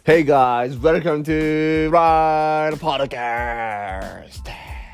Hey guys, welcome to Ride Podcast!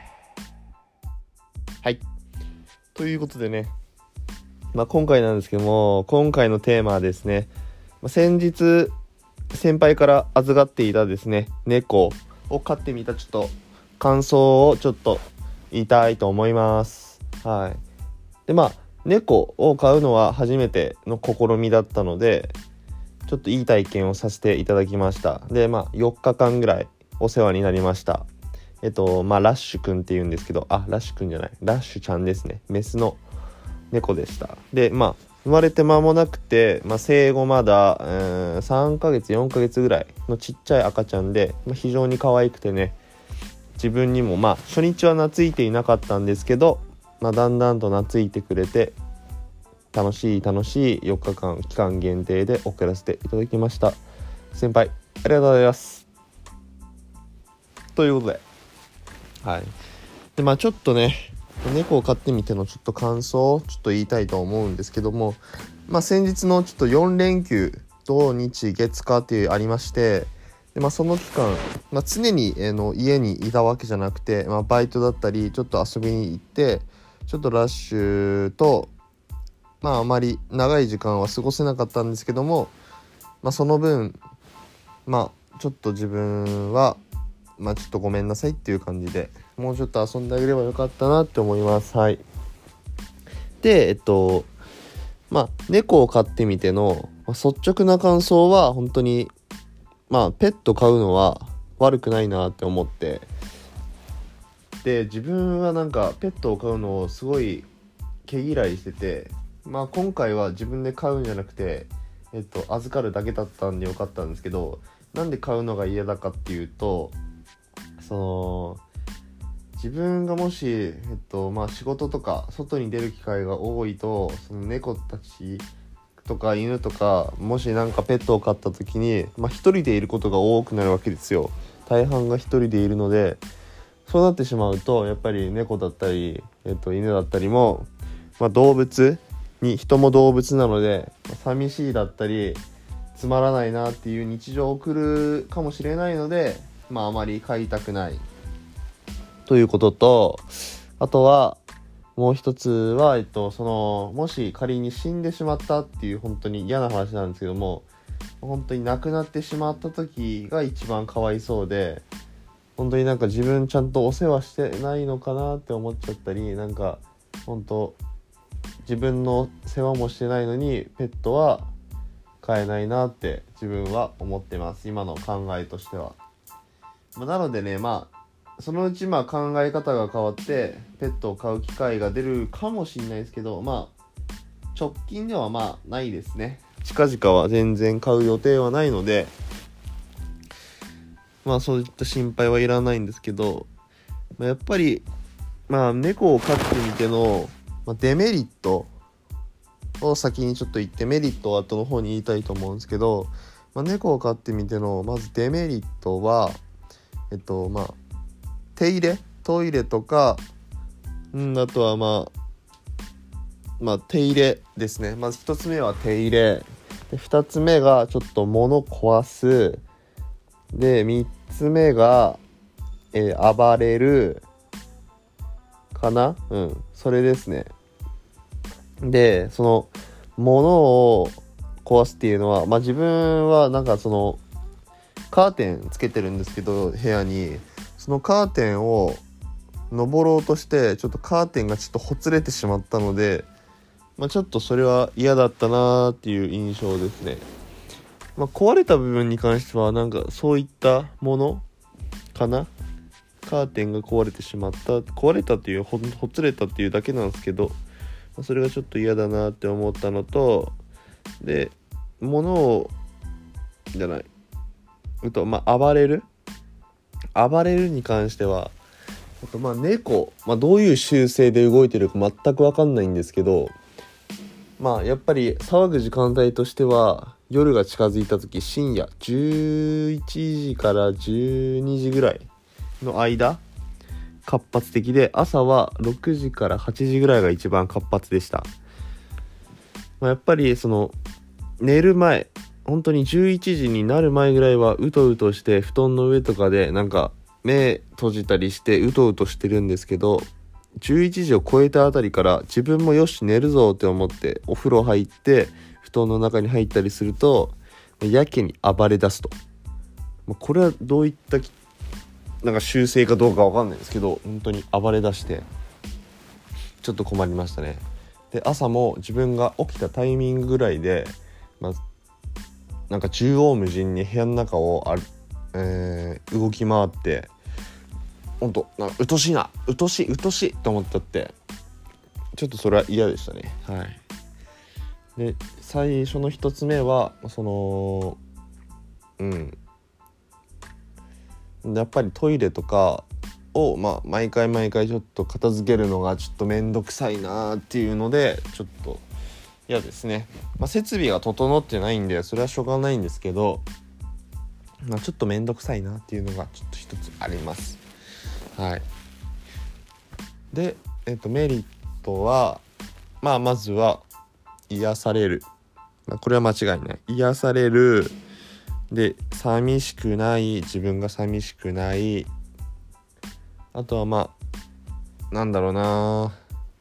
はい。ということでね、今回なんですけども、今回のテーマはですね、先日、先輩から預かっていたですね、猫を飼ってみたちょっと感想をちょっと言いたいと思います。はい。で、猫を飼うのは初めての試みだったので、ちょっといい体験をさせていただきました。で、4日間ぐらいお世話になりました。ラッシュくんって言うんですけど、ラッシュくんじゃない、ラッシュちゃんですね。メスの猫でした。で、生まれて間もなくて、生後まだ3ヶ月4ヶ月ぐらいのちっちゃい赤ちゃんで、非常に可愛くてね、自分にも初日は懐いていなかったんですけど、だんだんと懐いてくれて、楽しい4日間期間限定で送らせていただきました。先輩ありがとうございます。ということで、はい。でちょっとね、猫を飼ってみてのちょっと感想をちょっと言いたいと思うんですけども、先日のちょっと4連休土日月火っていうありまして、でその期間、常に家にいたわけじゃなくて、バイトだったりちょっと遊びに行って、ちょっとラッシュとあまり長い時間は過ごせなかったんですけども、その分ちょっと自分はちょっとごめんなさいっていう感じで、もうちょっと遊んであげればよかったなって思います。はい。で猫を飼ってみての率直な感想は、本当にペット飼うのは悪くないなって思って、で自分はなんかペットを飼うのをすごい毛嫌いしてて、今回は自分で飼うんじゃなくて、預かるだけだったんでよかったんですけど、なんで飼うのが嫌だかっていうと、自分がもし、仕事とか外に出る機会が多いと、その猫たちとか犬とか、もしなんかペットを飼った時に、一人でいることが多くなるわけですよ。大半が一人でいるので、そうなってしまうと、やっぱり猫だったり、犬だったりも、動物に、人も動物なので寂しいだったりつまらないなっていう日常を送るかもしれないので、あまり飼いたくないということと、あとはもう一つは、もし仮に死んでしまったっていう本当に嫌な話なんですけども、本当に亡くなってしまった時が一番かわいそうで、本当になんか自分ちゃんとお世話してないのかなって思っちゃったり、なんか本当自分の世話もしてないのにペットは飼えないなって自分は思ってます。今の考えとしては。なのでね、そのうち考え方が変わってペットを飼う機会が出るかもしれないですけど、直近ではないですね。近々は全然飼う予定はないので、そういった心配はいらないんですけど、やっぱり猫を飼ってみてのデメリットを先にちょっと言って、メリットを後の方に言いたいと思うんですけど、猫を飼ってみてのまずデメリットは、トイレとか、あとは手入れですね。まず一つ目は手入れで、二つ目がちょっと物壊すで、三つ目が、暴れるかな。それですね。で、その物を壊すっていうのは、自分はなんかそのカーテンつけてるんですけど、部屋にそのカーテンを登ろうとして、ちょっとカーテンがちょっとほつれてしまったので、ちょっとそれは嫌だったなーっていう印象ですね。壊れた部分に関してはなんかそういったものかな。カーテンが壊れてしまった、壊れたっていう、ほつれたっていうだけなんですけど、それがちょっと嫌だなって思ったのと、で物をじゃない暴れるに関しては、あと猫、どういう習性で動いてるか全く分かんないんですけど、やっぱり騒ぐ時間帯としては、夜が近づいた時、深夜11時から12時ぐらいの間活発的で、朝は6時から8時ぐらいが一番活発でした。やっぱりその寝る前、 本当に11時になる前ぐらいはうとうとして布団の上とかでなんか目閉じたりしてうとうとしてるんですけど、11時を超えたあたりから自分もよし寝るぞって思ってお風呂入って布団の中に入ったりするとやけに暴れ出すと。これはどういったなんか習性かどうかわかんないですけど、本当に暴れ出してちょっと困りましたね。で朝も自分が起きたタイミングぐらいで、なんか縦横無尽に部屋の中を動き回って、ほんとうとしいと思っちゃって、ちょっとそれは嫌でしたね。はい。で最初の一つ目はやっぱりトイレとかを毎回ちょっと片付けるのがちょっとめんどくさいなっていうのでちょっと嫌ですね。設備が整ってないんでそれはしょうがないんですけど、ちょっとめんどくさいなっていうのがちょっと一つあります。はい。で、メリットはまずは癒される。これは間違いない。癒される。で寂しくない、自分が寂しくない。あとはなんだろうな、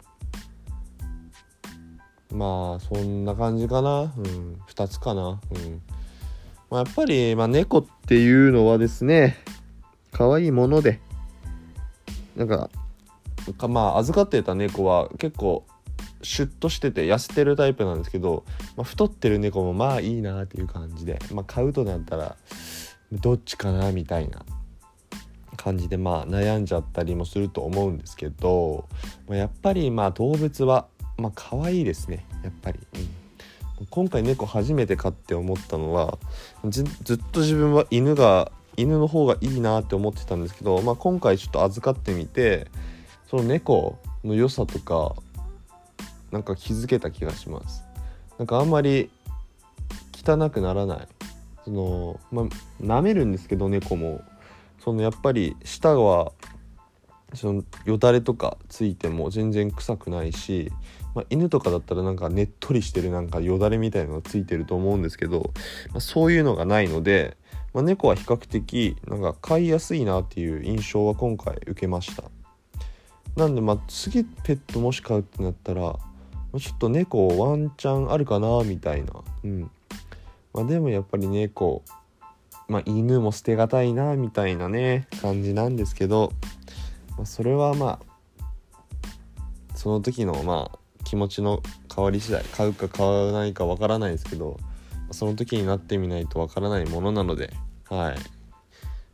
そんな感じかな。2つかな。やっぱり猫っていうのはですね、可愛いもので、なんか預かってた猫は結構シュッとしてて痩せてるタイプなんですけど、太ってる猫もいいなっていう感じで、買うとなったらどっちかなみたいな感じで悩んじゃったりもすると思うんですけど、やっぱり動物は可愛いですね。やっぱり、今回猫初めて飼って思ったのは、ずっと自分は犬の方がいいなって思ってたんですけど、今回ちょっと預かってみてその猫の良さとかなんか気づけた気がします。なんかあんまり汚くならない。舐めるんですけど猫もやっぱり舌はよだれとかついても全然臭くないし、犬とかだったらなんかねっとりしてるなんかよだれみたいなのがついてると思うんですけど、そういうのがないので、猫は比較的なんか飼いやすいなっていう印象は今回受けました。なんで次ペットもし飼うってなったらちょっと猫ワンチャンあるかなみたいな。でもやっぱり猫、犬も捨てがたいなみたいなね感じなんですけど、それはその時の気持ちの変わり次第、買うか買わないかわからないですけど、その時になってみないとわからないものなので、はい、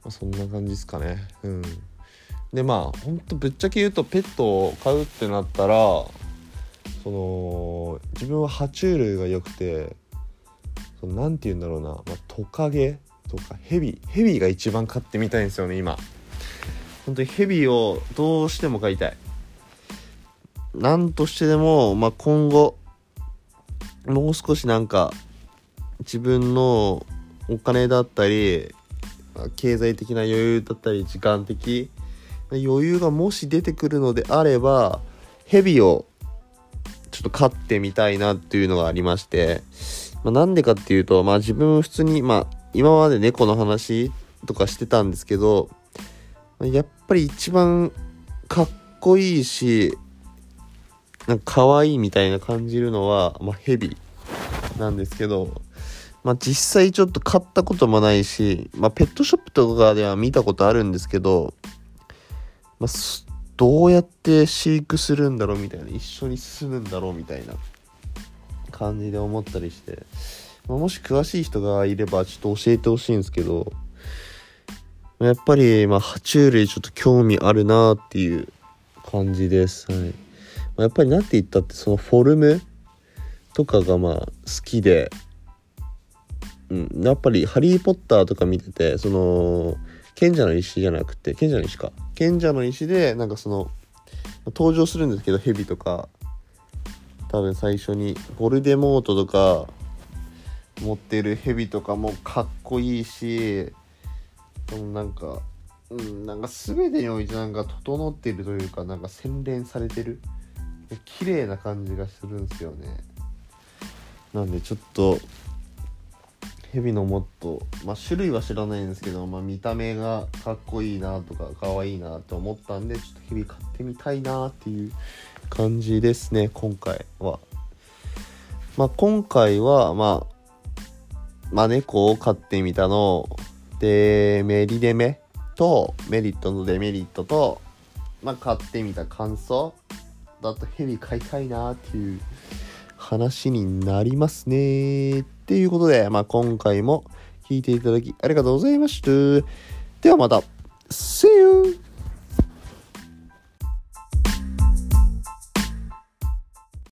そんな感じですかね。でほんとぶっちゃけ言うとペットを飼うってなったら自分は爬虫類が良くて、なんて言うんだろうな、トカゲとかヘビが一番飼ってみたいんですよね。今本当にヘビをどうしても飼いたい。なんとしてでも、今後もう少しなんか自分のお金だったり経済的な余裕だったり時間的な余裕がもし出てくるのであればヘビをちょっと飼ってみたいなっていうのがありまして、なんでかっていうと自分普通に今まで猫の話とかしてたんですけど、やっぱり一番かっこいいしなんか可愛いみたいな感じるのはヘビなんですけど、実際ちょっと飼ったこともないし、ペットショップとかでは見たことあるんですけど、どうやって飼育するんだろうみたいな、一緒に住むんだろうみたいな感じで思ったりして、もし詳しい人がいればちょっと教えてほしいんですけど、やっぱり爬虫類ちょっと興味あるなっていう感じです。はい。やっぱりなんて言ったってそのフォルムとかが好きで、やっぱりハリーポッターとか見てて賢者の石じゃなくて賢者の石でなんか登場するんですけど、ヘビとか多分最初にボルデモートとか持ってるヘビとかもかっこいいし、なんか全てにおいてなんか整っているというか、なんか洗練されてる綺麗な感じがするんですよね。なんでちょっとヘビのもっと、種類は知らないんですけど、見た目がかっこいいなとか可愛いなと思ったんで、ちょっとヘビ飼ってみたいなっていう感じですね、今回は。今回は猫を飼ってみたので、メリデメとメリットのデメリットと、飼ってみた感想だとヘビ飼いたいなっていう話になりますね。っていうことで、今回も聞いていただきありがとうございました。ではまた。See you!